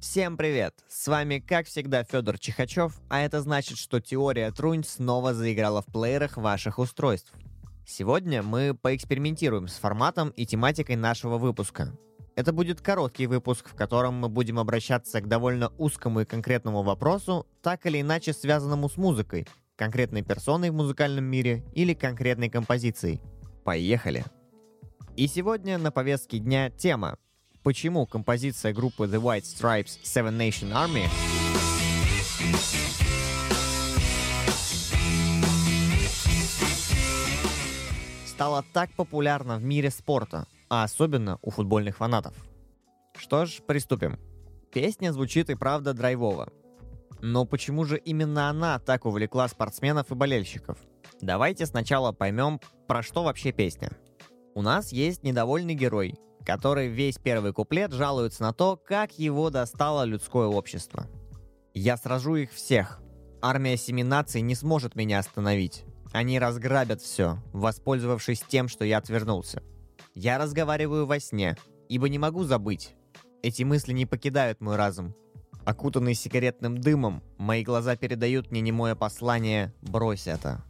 Всем привет! С вами, как всегда, Федор Чихачев, а это значит, что теория Трунь снова заиграла в плеерах ваших устройств. Сегодня мы поэкспериментируем с форматом и тематикой нашего выпуска. Это будет короткий выпуск, в котором мы будем обращаться к довольно узкому и конкретному вопросу, так или иначе связанному с музыкой, конкретной персоной в музыкальном мире или конкретной композицией. Поехали! И сегодня на повестке дня тема: почему композиция группы The White Stripes Seven Nation Army стала так популярна в мире спорта, а особенно у футбольных фанатов. Что ж, приступим. Песня звучит и правда драйвово. Но почему же именно она так увлекла спортсменов и болельщиков? Давайте сначала поймем, про что вообще песня. У нас есть недовольный герой, который весь первый куплет жалуется на то, как его достало людское общество. «Я сражу их всех. Армия семи наций не сможет меня остановить. Они разграбят все, воспользовавшись тем, что я отвернулся. Я разговариваю во сне, ибо не могу забыть. Эти мысли не покидают мой разум. Окутанный сигаретным дымом, мои глаза передают мне немое послание «брось это».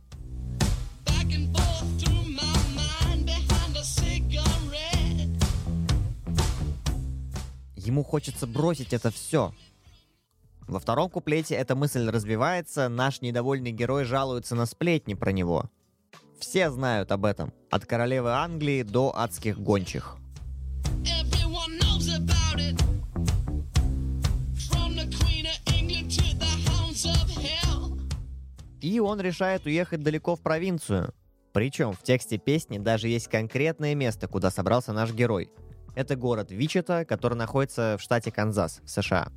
Ему хочется бросить это все. Во втором куплете эта мысль развивается, наш недовольный герой жалуется на сплетни про него. Все знают об этом, от королевы Англии до адских гончих. И он решает уехать далеко в провинцию. Причем в тексте песни даже есть конкретное место, куда собрался наш герой. Это город Вичита, который находится в штате Канзас, в США.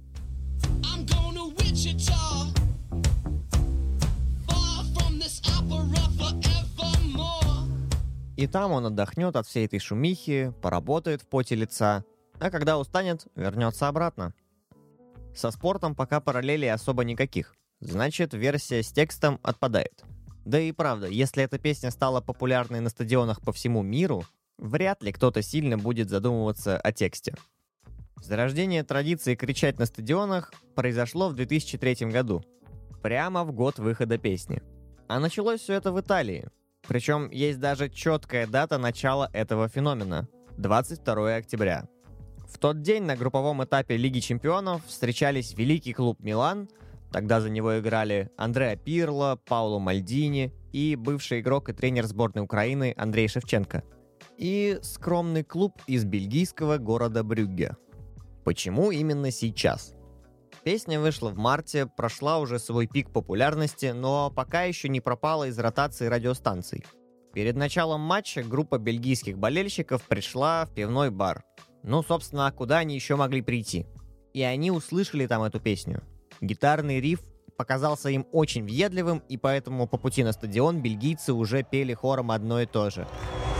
И там он отдохнет от всей этой шумихи, поработает в поте лица, а когда устанет, вернется обратно. Со спортом пока параллелей особо никаких, значит, версия с текстом отпадает. Да и правда, если эта песня стала популярной на стадионах по всему миру, вряд ли кто-то сильно будет задумываться о тексте. Зарождение традиции кричать на стадионах произошло в 2003 году, прямо в год выхода песни. А началось все это в Италии. Причем есть даже четкая дата начала этого феномена – 22 октября. В тот день на групповом этапе Лиги Чемпионов встречались великий клуб «Милан», тогда за него играли Андреа Пирло, Пауло Мальдини и бывший игрок и тренер сборной Украины Андрей Шевченко, и скромный клуб из бельгийского города Брюгге. Почему именно сейчас? Песня вышла в марте, прошла уже свой пик популярности, но пока еще не пропала из ротации радиостанций. Перед началом матча группа бельгийских болельщиков пришла в пивной бар. Ну, собственно, куда они еще могли прийти? И они услышали там эту песню. Гитарный риф показался им очень въедливым, и поэтому по пути на стадион бельгийцы уже пели хором одно и то же.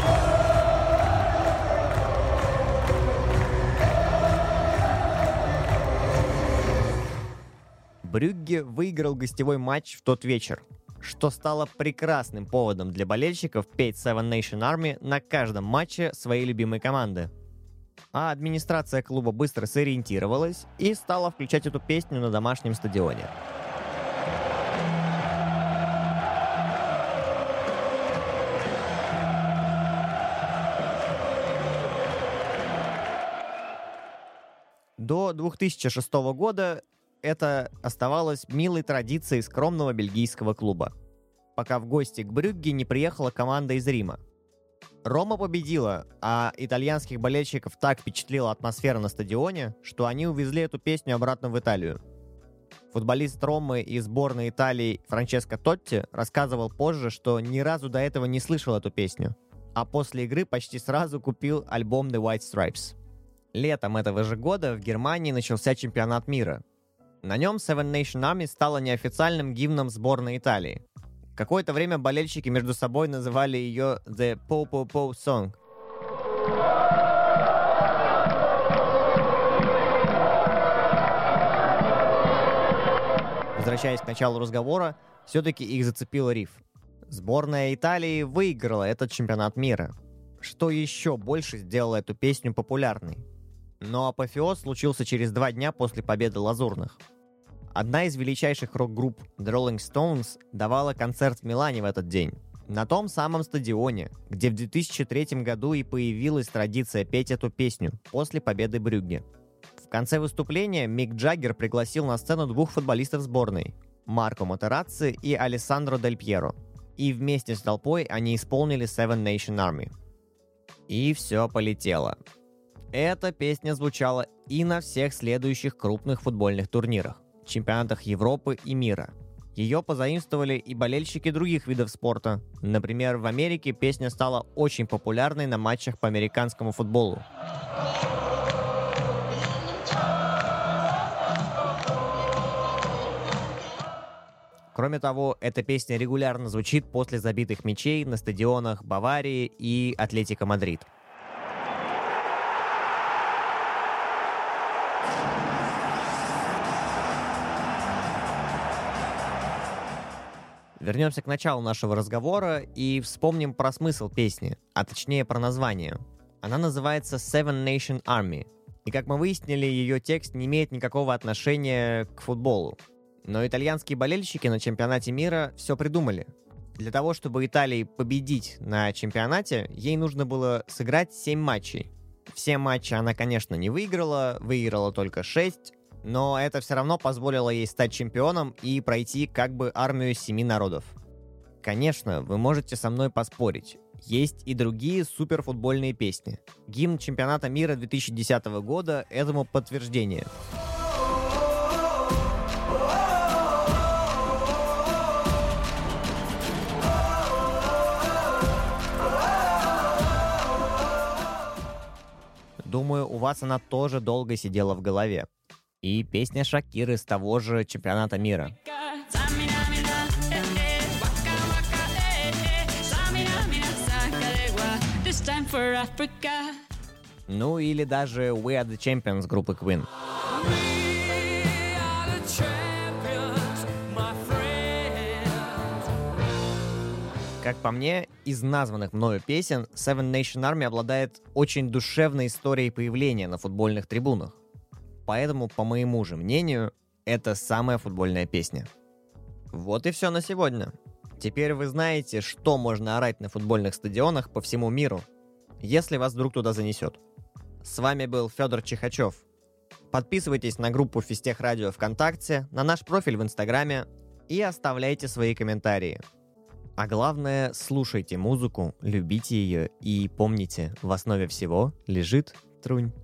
Брюгге выиграл гостевой матч в тот вечер, что стало прекрасным поводом для болельщиков петь Seven Nation Army на каждом матче своей любимой команды. А администрация клуба быстро сориентировалась и стала включать эту песню на домашнем стадионе. До 2006 года это оставалось милой традицией скромного бельгийского клуба, пока в гости к Брюгге не приехала команда из Рима. Рома победила, а итальянских болельщиков так впечатлила атмосфера на стадионе, что они увезли эту песню обратно в Италию. Футболист Ромы из сборной Италии Франческо Тотти рассказывал позже, что ни разу до этого не слышал эту песню, а после игры почти сразу купил альбом The White Stripes. Летом этого же года в Германии начался чемпионат мира. На нем Seven Nation Army стала неофициальным гимном сборной Италии. Какое-то время болельщики между собой называли ее The Po-Po-Po Song. Возвращаясь к началу разговора, все-таки их зацепил риф. Сборная Италии выиграла этот чемпионат мира. Что еще больше сделало эту песню популярной? Но апофеоз случился через 2 дня после победы лазурных. Одна из величайших рок-групп The Rolling Stones давала концерт в Милане в этот день. На том самом стадионе, где в 2003 году и появилась традиция петь эту песню после победы Брюгге. В конце выступления Мик Джаггер пригласил на сцену 2 футболистов сборной – Марко Матерацци и Алессандро Дель Пьеро. И вместе с толпой они исполнили Seven Nation Army. И все полетело. Эта песня звучала и на всех следующих крупных футбольных турнирах, чемпионатах Европы и мира. Ее позаимствовали и болельщики других видов спорта. Например, в Америке песня стала очень популярной на матчах по американскому футболу. Кроме того, эта песня регулярно звучит после забитых мячей на стадионах Баварии и Атлетико Мадрид. Вернемся к началу нашего разговора и вспомним про смысл песни, а точнее про название. Она называется Seven Nation Army, и как мы выяснили, ее текст не имеет никакого отношения к футболу. Но итальянские болельщики на чемпионате мира все придумали. Для того, чтобы Италии победить на чемпионате, ей нужно было сыграть 7 матчей. Все матчи она, конечно, не выиграла только 6, но это все равно позволило ей стать чемпионом и пройти как бы армию 7 народов. Конечно, вы можете со мной поспорить. Есть и другие суперфутбольные песни. Гимн чемпионата мира 2010 года этому подтверждение. Думаю, у вас она тоже долго сидела в голове. И песня Шакиры с того же чемпионата мира. Ну или даже We Are The Champions группы Queen. Как по мне, из названных мною песен Seven Nation Army обладает очень душевной историей появления на футбольных трибунах. Поэтому, по моему же мнению, это самая футбольная песня. Вот и все на сегодня. Теперь вы знаете, что можно орать на футбольных стадионах по всему миру, если вас вдруг туда занесет. С вами был Федор Чихачев. Подписывайтесь на группу Физтех Радио ВКонтакте, на наш профиль в Инстаграме и оставляйте свои комментарии. А главное, слушайте музыку, любите ее и помните, в основе всего лежит Трунь.